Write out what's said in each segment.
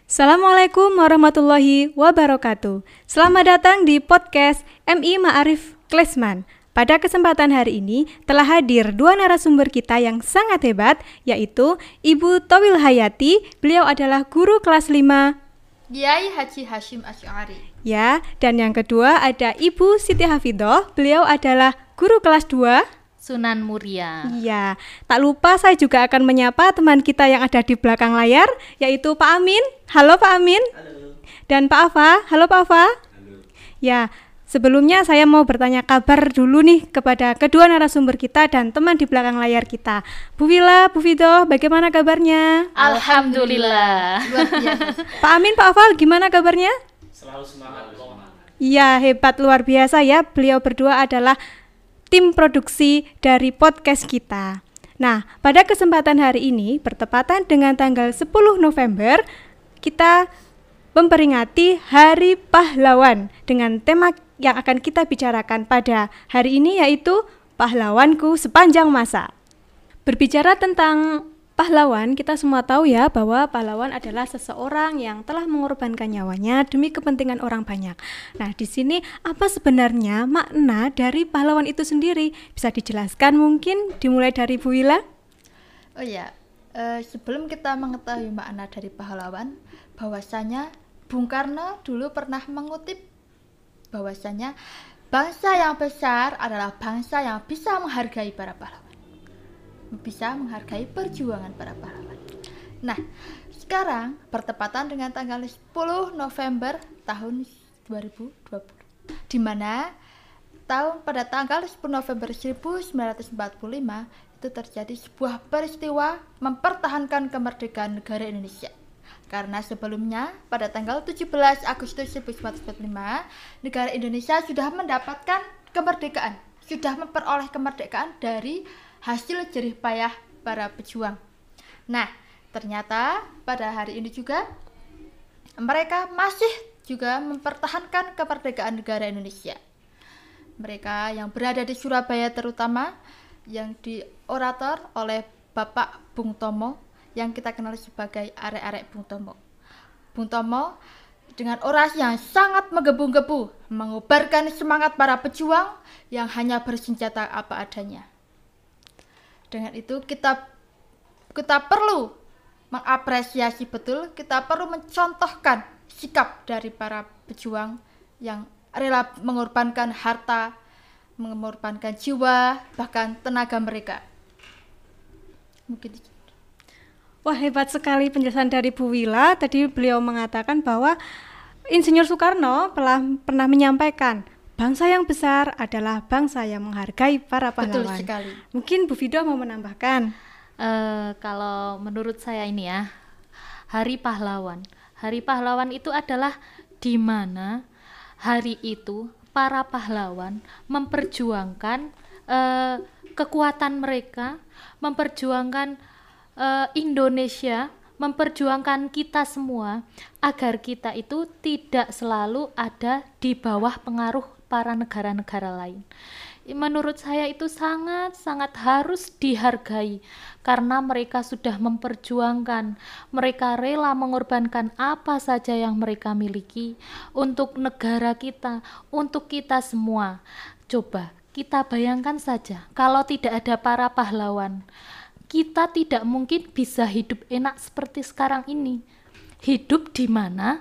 Assalamualaikum warahmatullahi wabarakatuh. Selamat datang di podcast MI Ma'arif Klesman. Pada kesempatan hari ini telah hadir dua narasumber kita yang sangat hebat, yaitu Ibu Towil Hayati. Beliau adalah guru kelas 5 Kiai Haji Hashim Asy'ari. Ya, dan yang kedua ada Ibu Siti Hafidhoh. Beliau adalah guru kelas 2 Sunan Muria. Iya, tak lupa saya juga akan menyapa teman kita yang ada di belakang layar, yaitu Pak Amin. Halo Pak Amin. Halo. Dan Pak Afa. Halo Pak Afa. Halo. Ya, sebelumnya saya mau bertanya kabar dulu nih kepada kedua narasumber kita dan teman di belakang layar kita. Bu Wila, Bu Fidhoh, bagaimana kabarnya? Alhamdulillah. Luar biasa. Pak Amin, Pak Afal, gimana kabarnya? Selalu semangat. Iya, hebat luar biasa ya. Beliau berdua adalah tim produksi dari podcast kita. Nah, pada kesempatan hari ini bertepatan dengan tanggal 10 November, kita memperingati Hari Pahlawan dengan tema yang akan kita bicarakan pada hari ini, yaitu Pahlawanku Sepanjang Masa. Berbicara tentang pahlawan, kita semua tahu ya bahwa pahlawan adalah seseorang yang telah mengorbankan nyawanya demi kepentingan orang banyak. Nah, di sini apa sebenarnya makna dari pahlawan itu sendiri? Bisa dijelaskan mungkin dimulai dari Bu Wila? Oh ya, sebelum kita mengetahui makna dari pahlawan, bahwasanya Bung Karno dulu pernah mengutip bahwasanya bangsa yang besar adalah bangsa yang bisa menghargai para pahlawan, bisa menghargai perjuangan para pahlawan. Nah, sekarang bertepatan dengan tanggal 10 November tahun 2020, di mana pada tanggal 10 November 1945 itu terjadi sebuah peristiwa mempertahankan kemerdekaan negara Indonesia. Karena sebelumnya pada tanggal 17 Agustus 1945 negara Indonesia sudah mendapatkan kemerdekaan, sudah memperoleh kemerdekaan dari hasil jerih payah para pejuang. Nah, ternyata pada hari ini juga mereka masih juga mempertahankan kemerdekaan negara Indonesia. Mereka yang berada di Surabaya terutama, yang diorator oleh Bapak Bung Tomo, yang kita kenal sebagai arek-arek Bung Tomo. Bung Tomo dengan orasi yang sangat menggebu-gebu mengobarkan semangat para pejuang yang hanya bersenjata apa adanya. Dengan itu kita perlu mengapresiasi betul, kita perlu mencontohkan sikap dari para pejuang yang rela mengorbankan harta, mengorbankan jiwa, bahkan tenaga mereka. Mungkin itu. Wah, hebat sekali penjelasan dari Bu Wila. Tadi beliau mengatakan bahwa Insinyur Soekarno pernah menyampaikan bangsa yang besar adalah bangsa yang menghargai para pahlawan. Betul sekali. Mungkin Bu Fidhoh mau menambahkan. Kalau menurut saya ini ya, Hari Pahlawan. Hari Pahlawan itu adalah di mana hari itu para pahlawan memperjuangkan kekuatan mereka, memperjuangkan Indonesia, memperjuangkan kita semua agar kita itu tidak selalu ada di bawah pengaruh para negara-negara lain. Menurut saya itu sangat-sangat harus dihargai karena mereka sudah memperjuangkan, mereka rela mengorbankan apa saja yang mereka miliki untuk negara kita, untuk kita semua. Coba kita bayangkan saja kalau tidak ada para pahlawan, kita tidak mungkin bisa hidup enak seperti sekarang ini. Hidup di mana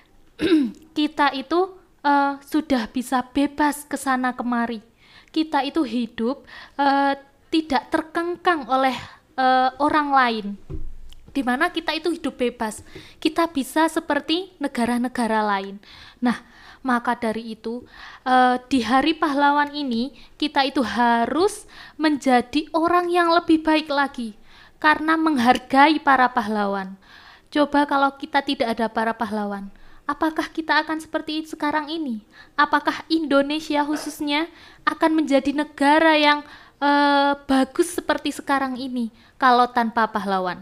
kita itu sudah bisa bebas ke sana kemari. Kita itu hidup tidak terkengkang oleh orang lain. Di mana kita itu hidup bebas. Kita bisa seperti negara-negara lain. Nah, maka dari itu di Hari Pahlawan ini kita itu harus menjadi orang yang lebih baik lagi karena menghargai para pahlawan. Coba kalau kita tidak ada para pahlawan, apakah kita akan seperti sekarang ini? Apakah Indonesia khususnya akan menjadi negara yang bagus seperti sekarang ini kalau tanpa pahlawan?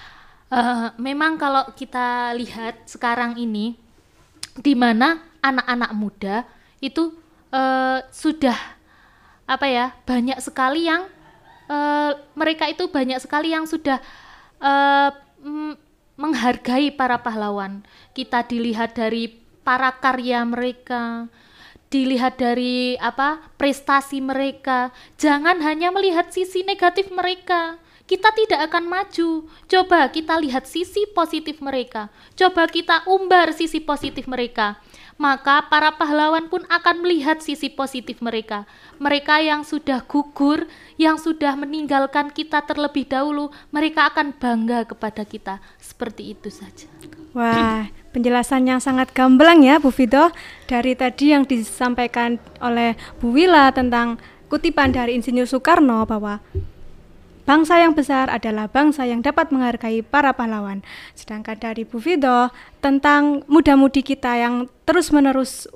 Memang kalau kita lihat sekarang ini, di mana anak-anak muda itu sudah banyak sekali yang mereka itu banyak sekali yang sudah menghargai para pahlawan. Kita dilihat dari para karya mereka, dilihat dari prestasi mereka. Jangan hanya melihat sisi negatif mereka. Kita tidak akan maju. Coba kita lihat sisi positif mereka. Coba kita umbar sisi positif mereka. Maka para pahlawan pun akan melihat sisi positif mereka. Mereka yang sudah gugur, yang sudah meninggalkan kita terlebih dahulu, mereka akan bangga kepada kita. Seperti itu saja. Wah, penjelasan yang sangat gamblang ya Bu Fido. Dari tadi yang disampaikan oleh Bu Willa tentang kutipan dari Insinyur Soekarno bahwa bangsa yang besar adalah bangsa yang dapat menghargai para pahlawan. Sedangkan dari Bu Fido tentang muda-mudi kita yang terus-menerus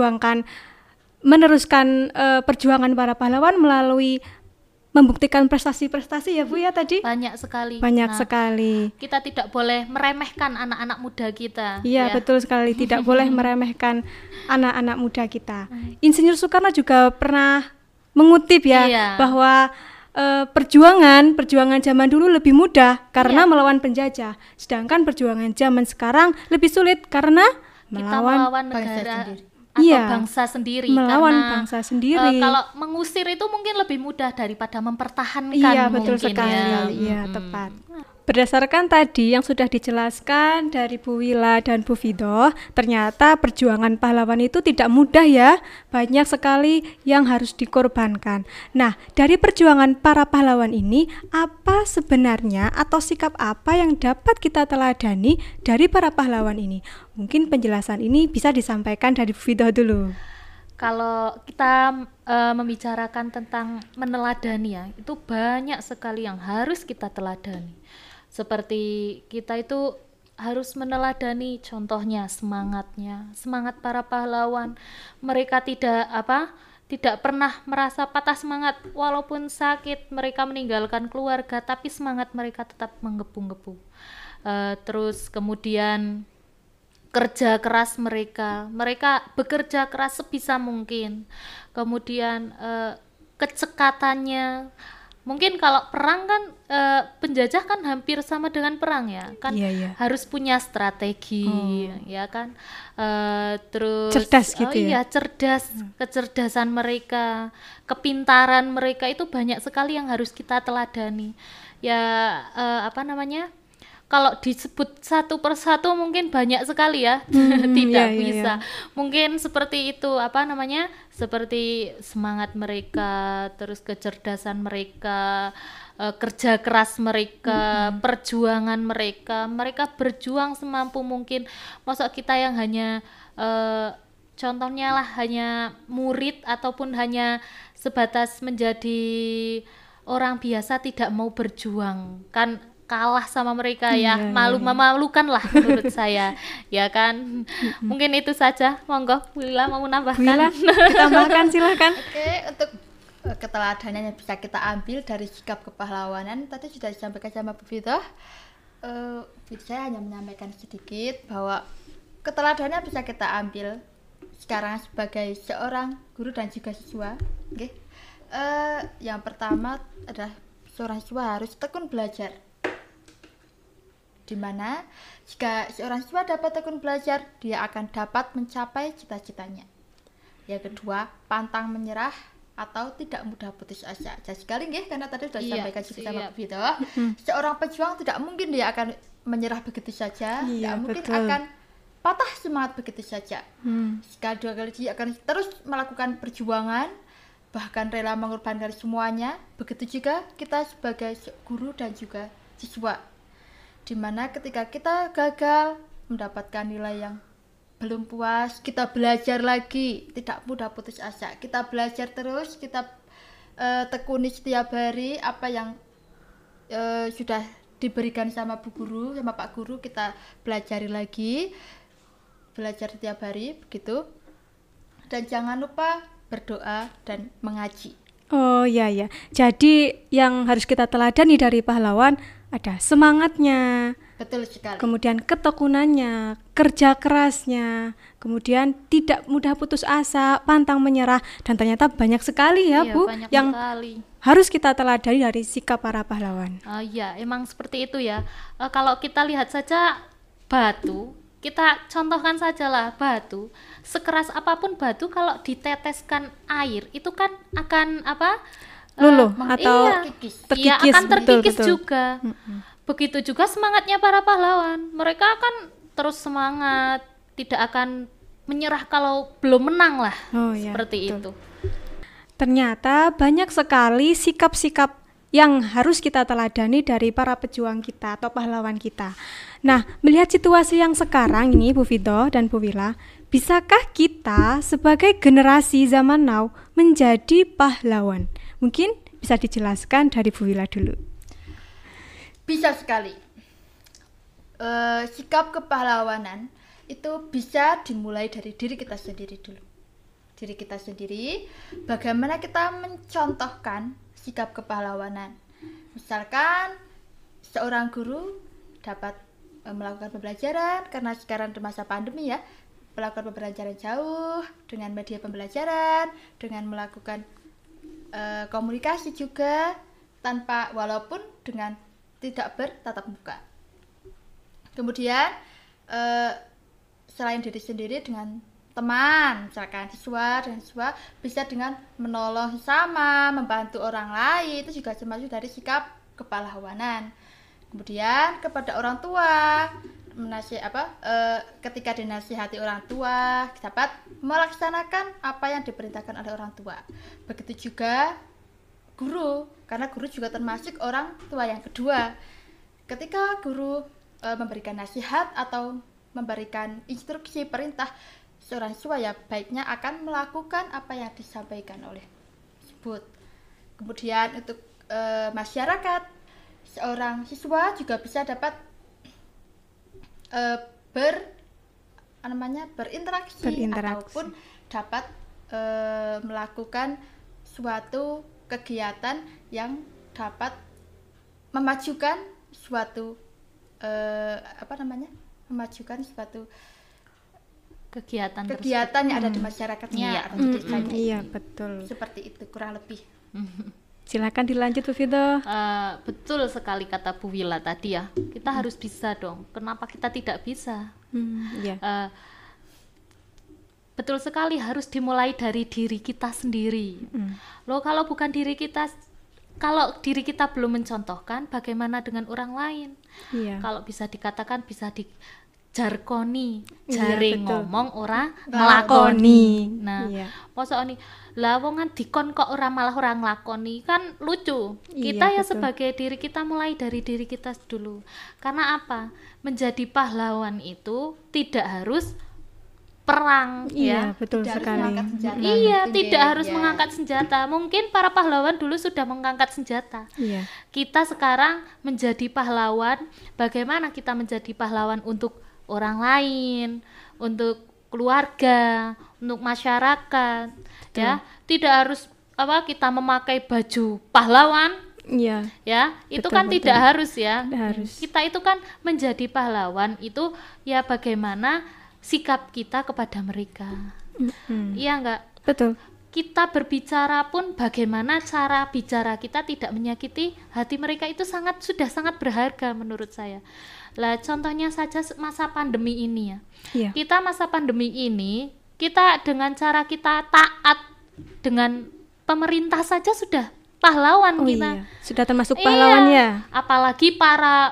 meneruskan perjuangan para pahlawan melalui membuktikan prestasi-prestasi ya Bu ya tadi. Banyak sekali. Sekali. Kita tidak boleh meremehkan anak-anak muda kita. Iya, betul sekali. Tidak boleh meremehkan anak-anak muda kita. Insinyur Soekarno juga pernah mengutip bahwa perjuangan zaman dulu lebih mudah karena melawan penjajah, sedangkan perjuangan zaman sekarang lebih sulit karena melawan negara bangsa sendiri. Melawan karena, bangsa sendiri. Kalau mengusir itu mungkin lebih mudah daripada mempertahankan. Iya, betul sekali. Iya, tepat. Berdasarkan tadi yang sudah dijelaskan dari Bu Willa dan Bu Fido, ternyata perjuangan pahlawan itu tidak mudah ya. Banyak sekali yang harus dikorbankan. Nah, dari perjuangan para pahlawan ini, apa sebenarnya atau sikap apa yang dapat kita teladani dari para pahlawan ini? Mungkin penjelasan ini bisa disampaikan dari Bu Fido dulu. Kalau kita membicarakan tentang meneladani ya, itu banyak sekali yang harus kita teladani. Seperti kita itu harus meneladani contohnya semangat para pahlawan. Mereka tidak pernah merasa patah semangat walaupun sakit, mereka meninggalkan keluarga, tapi semangat mereka tetap menggebu-gebu. Terus kemudian kerja keras mereka bekerja keras sebisa mungkin. Kemudian kecekatannya. Mungkin kalau perang kan penjajah kan hampir sama dengan perang ya kan. Harus punya strategi ya kan. Terus cerdas gitu cerdas. Kecerdasan mereka, kepintaran mereka itu banyak sekali yang harus kita teladani ya. Kalau disebut satu persatu mungkin banyak sekali ya. Tidak bisa. Mungkin seperti itu seperti semangat mereka, terus kecerdasan mereka, kerja keras mereka, perjuangan mereka berjuang semampu mungkin. Masa kita yang hanya contohnya lah hanya murid ataupun hanya sebatas menjadi orang biasa tidak mau berjuang kan, kalah sama mereka memalukan lah menurut saya ya kan. Mungkin itu saja. Monggo Willa mau menambahkan. Willa, tambahkan silahkan. Oke, untuk keteladanan yang bisa kita ambil dari sikap kepahlawanan tadi sudah disampaikan sama Bu Fido. Saya hanya menyampaikan sedikit bahwa keteladanan bisa kita ambil sekarang sebagai seorang guru dan juga siswa. Yang pertama adalah seorang siswa harus tekun belajar. Di mana jika seorang siswa dapat tekun belajar, dia akan dapat mencapai cita-citanya. Yang kedua, pantang menyerah atau tidak mudah putus asa. Jadi sekali karena tadi sudah disampaikan juga sama Bu Fido. Seorang pejuang tidak mungkin dia akan menyerah begitu saja, tidak mungkin akan patah semangat begitu saja. Sekali dua kali dia akan terus melakukan perjuangan, bahkan rela mengorbankan semuanya. Begitu juga kita sebagai guru dan juga siswa. Dimana ketika kita gagal mendapatkan nilai yang belum puas, kita belajar lagi, tidak mudah putus asa. Kita belajar terus, kita tekuni setiap hari apa yang sudah diberikan sama Bu Guru, sama Pak Guru, kita pelajari lagi, belajar setiap hari begitu. Dan jangan lupa berdoa dan mengaji. Oh iya. Jadi yang harus kita teladani dari pahlawan ada semangatnya, Betul sekali. kemudian ketekunannya, kerja kerasnya, kemudian tidak mudah putus asa, pantang menyerah, dan ternyata banyak sekali ya Iya, Bu banyak yang sekali. harus kita teladani dari sikap para pahlawan. Iya, emang seperti itu ya. Kalau kita lihat saja batu, kita contohkan sajalah batu, sekeras apapun batu kalau diteteskan air itu kan akan apa? Luluh Iya, atau Terkikis. iya terkikis, akan terkikis betul. juga. Begitu juga semangatnya para pahlawan. Mereka akan terus semangat, tidak akan menyerah kalau belum menang lah. Oh, iya, Seperti betul. itu. Ternyata banyak sekali sikap-sikap yang harus kita teladani dari para pejuang kita atau pahlawan kita. Nah, melihat situasi yang sekarang ini Bu Vito dan Bu Wila, bisakah kita sebagai generasi zaman now menjadi pahlawan? Mungkin bisa dijelaskan dari Bu Wila dulu. Bisa sekali. Sikap kepahlawanan itu bisa dimulai dari diri kita sendiri dulu. Diri kita sendiri, bagaimana kita mencontohkan sikap kepahlawanan. Misalkan seorang guru dapat melakukan pembelajaran, karena sekarang di masa pandemi ya, melakukan pembelajaran jauh dengan media pembelajaran, dengan melakukan komunikasi juga tanpa, walaupun dengan tidak bertatap muka. Kemudian selain diri sendiri, dengan teman, misalkan siswa dan siswa, bisa dengan menolong sama, membantu orang lain, itu juga termasuk dari sikap kepahlawanan. Kemudian kepada orang tua, ketika dinasihati orang tua, dapat melaksanakan apa yang diperintahkan oleh orang tua. Begitu juga guru, karena guru juga termasuk orang tua yang kedua. Ketika guru memberikan nasihat atau memberikan instruksi, perintah, seorang siswa ya baiknya akan melakukan apa yang disampaikan oleh tersebut. Kemudian untuk masyarakat, seorang siswa juga bisa dapat berinteraksi ataupun dapat melakukan suatu kegiatan yang dapat memajukan suatu memajukan suatu Kegiatan yang ada di masyarakatnya Iya. atau di desanya. Iya, betul. Seperti itu kurang lebih. Silakan dilanjut Bu Vito. Betul sekali kata Bu Wila tadi ya. Kita harus bisa dong. Kenapa kita tidak bisa? Iya. Betul sekali, harus dimulai dari diri kita sendiri. Loh, kalau bukan diri kita, kalau diri kita belum mencontohkan, bagaimana dengan orang lain? Iya. Kalau bisa dikatakan, bisa dijarkoni, Iya, jare betul. ngomong ora Nglakoni. nglakoni. Nah, Iya. mosok ini lah wongan dikon kok malah orang nglakoni, kan lucu. Kita Iya, ya betul. sebagai diri kita mulai dari diri kita dulu. Karena apa? Menjadi pahlawan itu tidak harus perang Iya, ya. betul Tidak harus sekali. mengangkat senjata. Iya, mungkin tidak ya, harus ya. mengangkat senjata. Mungkin para pahlawan dulu sudah mengangkat senjata. Iya. Kita sekarang menjadi pahlawan. Bagaimana kita menjadi pahlawan untuk orang lain, untuk keluarga, untuk masyarakat, ya. Tidak harus kita memakai baju pahlawan, Iya. ya. Itu Betul, kan betul. tidak harus ya. Tidak harus. Kita itu kan menjadi pahlawan itu ya bagaimana sikap kita kepada mereka. Iya enggak? Betul. Kita berbicara pun bagaimana cara bicara kita tidak menyakiti hati mereka, itu sudah sangat berharga menurut saya. Lah contohnya saja masa pandemi ini ya. Iya. Kita masa pandemi ini, kita dengan cara kita taat dengan pemerintah saja sudah pahlawan Oh kita. iya. Sudah termasuk pahlawan ya. Apalagi para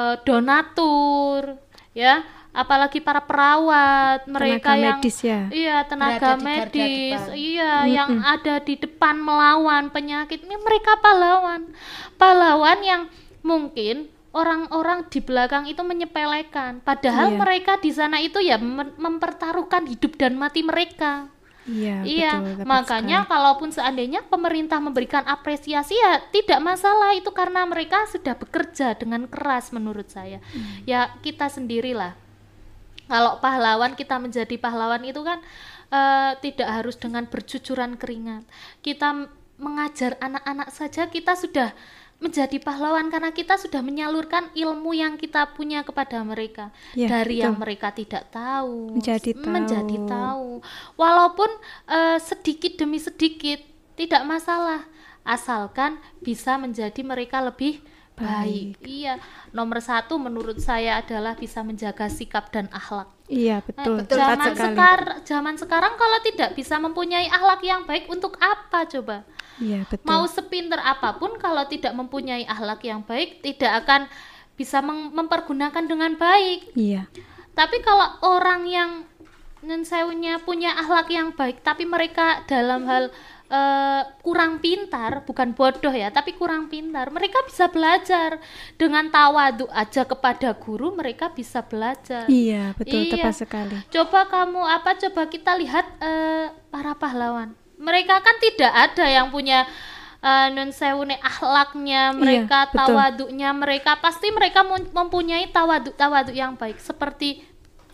donatur ya, apalagi para perawat, mereka Tenaga yang medis ya. iya, tenaga Berada di garda medis, depan. iya, yang ada di depan melawan penyakit. Ini mereka pahlawan. Pahlawan yang mungkin orang-orang di belakang itu menyepelekan, padahal Iya. mereka di sana itu ya mempertaruhkan hidup dan mati mereka. Iya, Iya, betul. Tepat makanya sekali. kalaupun seandainya pemerintah memberikan apresiasi ya tidak masalah, itu karena mereka sudah bekerja dengan keras menurut saya. Ya kita sendirilah. Kalau pahlawan, kita menjadi pahlawan itu kan tidak harus dengan bercucuran keringat. Kita mengajar anak-anak saja kita sudah menjadi pahlawan karena kita sudah menyalurkan ilmu yang kita punya kepada mereka. Ya, Dari betul. yang mereka tidak tahu Menjadi tahu. Walaupun sedikit demi sedikit tidak masalah, asalkan bisa menjadi mereka lebih baik. Iya, nomor 1 menurut saya adalah bisa menjaga sikap dan akhlak. Iya, betul. betul. Tepat sekali. Zaman sekarang kalau tidak bisa mempunyai akhlak yang baik, untuk apa coba? Iya, betul. Mau sepinter apapun kalau tidak mempunyai akhlak yang baik, tidak akan bisa mempergunakan dengan baik. Iya. Tapi kalau orang yang nensewunya punya akhlak yang baik, tapi mereka dalam hal kurang pintar, bukan bodoh ya, tapi kurang pintar, mereka bisa belajar dengan tawadhu aja kepada guru, mereka bisa belajar. Iya, betul. Iya. Tepat sekali. Coba kita lihat para pahlawan, mereka kan tidak ada yang punya nun sewune akhlaknya mereka, betul. tawaduknya mereka, pasti mereka mempunyai tawaduk yang baik, seperti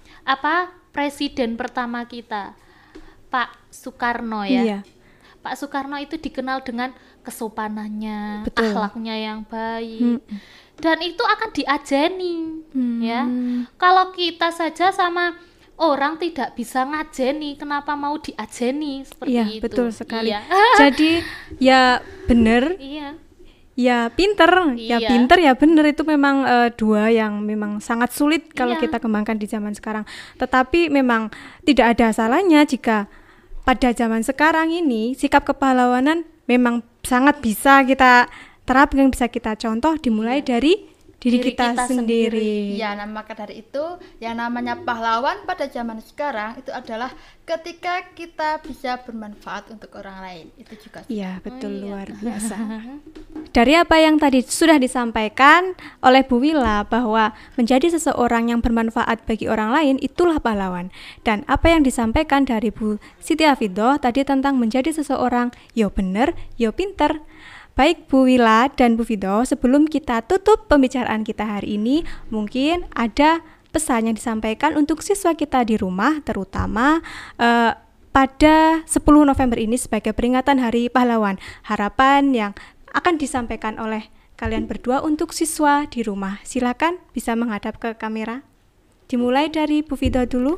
presiden pertama kita, Pak Soekarno ya. Iya. Pak Soekarno itu dikenal dengan kesopanannya, Betul. akhlaknya yang baik, dan itu akan diajeni ya. Hmm. Kalau kita saja sama orang tidak bisa ngajeni, kenapa mau diajeni seperti Iya, itu? betul sekali. Iya. Jadi ya bener, Iya. ya pinter, ya Iya. pinter, ya bener, itu memang dua yang memang sangat sulit kalau Iya. kita kembangkan di zaman sekarang. Tetapi memang tidak ada salahnya jika pada zaman sekarang ini sikap kepahlawanan memang sangat bisa kita terapkan, bisa kita contoh dimulai dari diri kita sendiri. Ya, nah maka dari itu yang namanya pahlawan pada zaman sekarang itu adalah ketika kita bisa bermanfaat untuk orang lain. Itu juga Iya, betul, iya. luar biasa. Dari apa yang tadi sudah disampaikan oleh Bu Willa bahwa menjadi seseorang yang bermanfaat bagi orang lain itulah pahlawan. Dan apa yang disampaikan dari Bu Siti Hafidhoh tadi tentang menjadi seseorang yo bener, yo pinter. Baik Bu Willa dan Bu Fido, sebelum kita tutup pembicaraan kita hari ini, mungkin ada pesan yang disampaikan untuk siswa kita di rumah, terutama pada 10 November ini sebagai peringatan Hari Pahlawan. Harapan yang akan disampaikan oleh kalian berdua untuk siswa di rumah. Silakan bisa menghadap ke kamera. Dimulai dari Bu Fido dulu.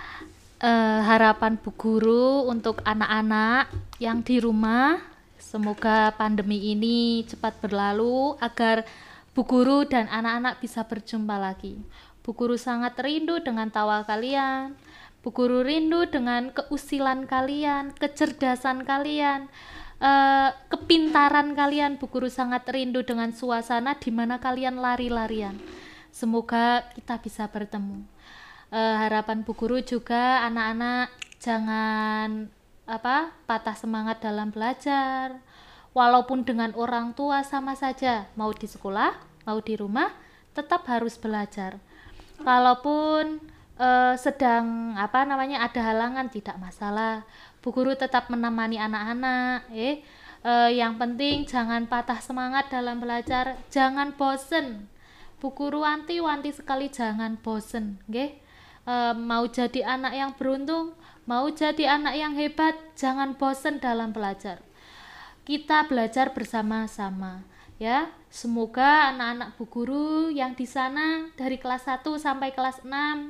Harapan Bu Guru untuk anak-anak yang di rumah, semoga pandemi ini cepat berlalu agar Bu Guru dan anak-anak bisa berjumpa lagi. Bu Guru sangat rindu dengan tawa kalian. Bu Guru rindu dengan keusilan kalian, kecerdasan kalian, kepintaran kalian. Bu Guru sangat rindu dengan suasana di mana kalian lari-larian. Semoga kita bisa bertemu. Harapan Bu Guru juga anak-anak jangan patah semangat dalam belajar, walaupun dengan orang tua sama saja, mau di sekolah mau di rumah tetap harus belajar. Kalaupun sedang ada halangan tidak masalah, Bu Guru tetap menemani anak-anak. Yang penting jangan patah semangat dalam belajar, jangan bosen. Bu Guru wanti sekali jangan bosen, nggih. Mau jadi anak yang beruntung, mau jadi anak yang hebat, jangan bosan dalam belajar. Kita belajar bersama-sama ya. Semoga anak-anak Bu Guru yang di sana dari kelas 1 sampai kelas 6,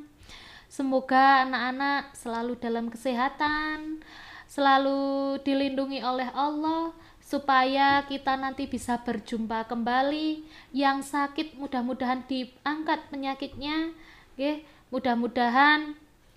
semoga anak-anak selalu dalam kesehatan, selalu dilindungi oleh Allah, supaya kita nanti bisa berjumpa kembali. Yang sakit mudah-mudahan diangkat penyakitnya, nggih. Mudah-mudahan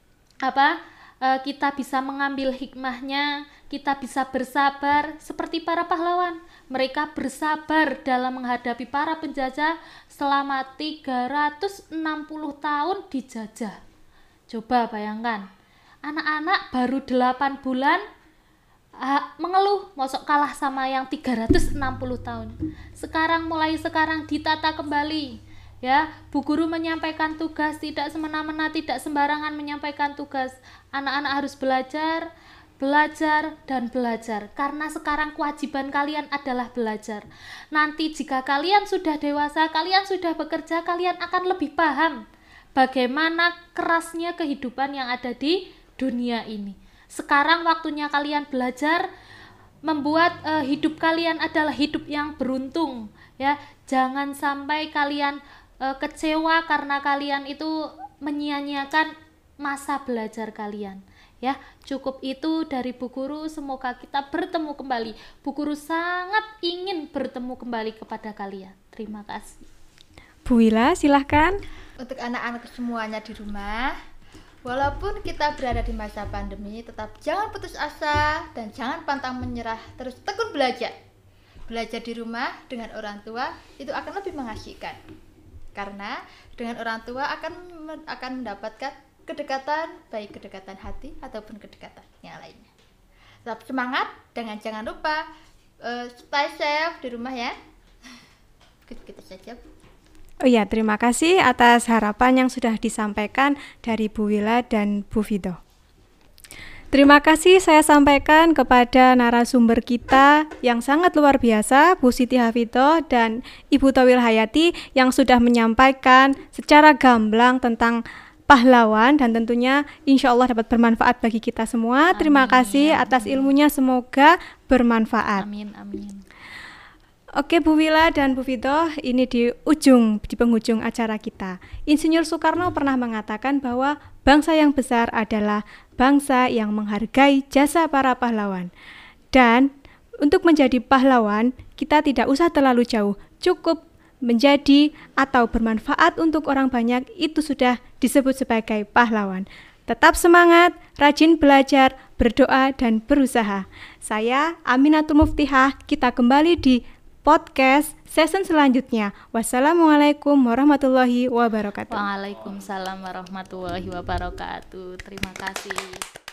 kita bisa mengambil hikmahnya, kita bisa bersabar seperti para pahlawan. Mereka bersabar dalam menghadapi para penjajah selama 360 tahun dijajah. Coba bayangkan, anak-anak baru 8 bulan mengeluh, mosok kalah sama yang 360 tahun. Mulai sekarang ditata kembali. Ya, Bu Guru menyampaikan tugas tidak semena-mena, tidak sembarangan menyampaikan tugas. Anak-anak harus belajar dan belajar. Karena sekarang kewajiban kalian adalah belajar. Nanti jika kalian sudah dewasa, kalian sudah bekerja, kalian akan lebih paham bagaimana kerasnya kehidupan yang ada di dunia ini. Sekarang waktunya kalian belajar, membuat hidup kalian adalah hidup yang beruntung, Ya, jangan sampai kalian kecewa karena kalian itu menyia-nyiakan masa belajar kalian. Ya, cukup itu dari Bu Guru. Semoga kita bertemu kembali. Bu Guru sangat ingin bertemu kembali kepada kalian. Terima kasih. Bu Wila, silahkan. Untuk anak-anak semuanya di rumah, walaupun kita berada di masa pandemi, tetap jangan putus asa dan jangan pantang menyerah, terus tekun belajar. Belajar di rumah dengan orang tua itu akan lebih mengasihkan. Karena dengan orang tua akan mendapatkan kedekatan, baik kedekatan hati ataupun kedekatan yang lainnya. Tetap semangat dan jangan lupa stay safe di rumah ya. Kita saja. Oh ya, terima kasih atas harapan yang sudah disampaikan dari Bu Wila dan Bu Fido. Terima kasih saya sampaikan kepada narasumber kita yang sangat luar biasa, Bu Siti Hafidho dan Ibu Tawil Hayati yang sudah menyampaikan secara gamblang tentang pahlawan dan tentunya insya Allah dapat bermanfaat bagi kita semua. Amin, terima kasih atas ilmunya, semoga bermanfaat. Amin, amin. Oke Bu Wila dan Bu Fido, ini di penghujung acara kita. Insinyur Soekarno pernah mengatakan bahwa bangsa yang besar adalah bangsa yang menghargai jasa para pahlawan. Dan untuk menjadi pahlawan, kita tidak usah terlalu jauh, cukup menjadi atau bermanfaat untuk orang banyak, itu sudah disebut sebagai pahlawan. Tetap semangat, rajin belajar, berdoa, dan berusaha. Saya Aminatul Muftihah, kita kembali di podcast season selanjutnya. Wassalamualaikum warahmatullahi wabarakatuh. Waalaikumsalam warahmatullahi wabarakatuh. Terima kasih.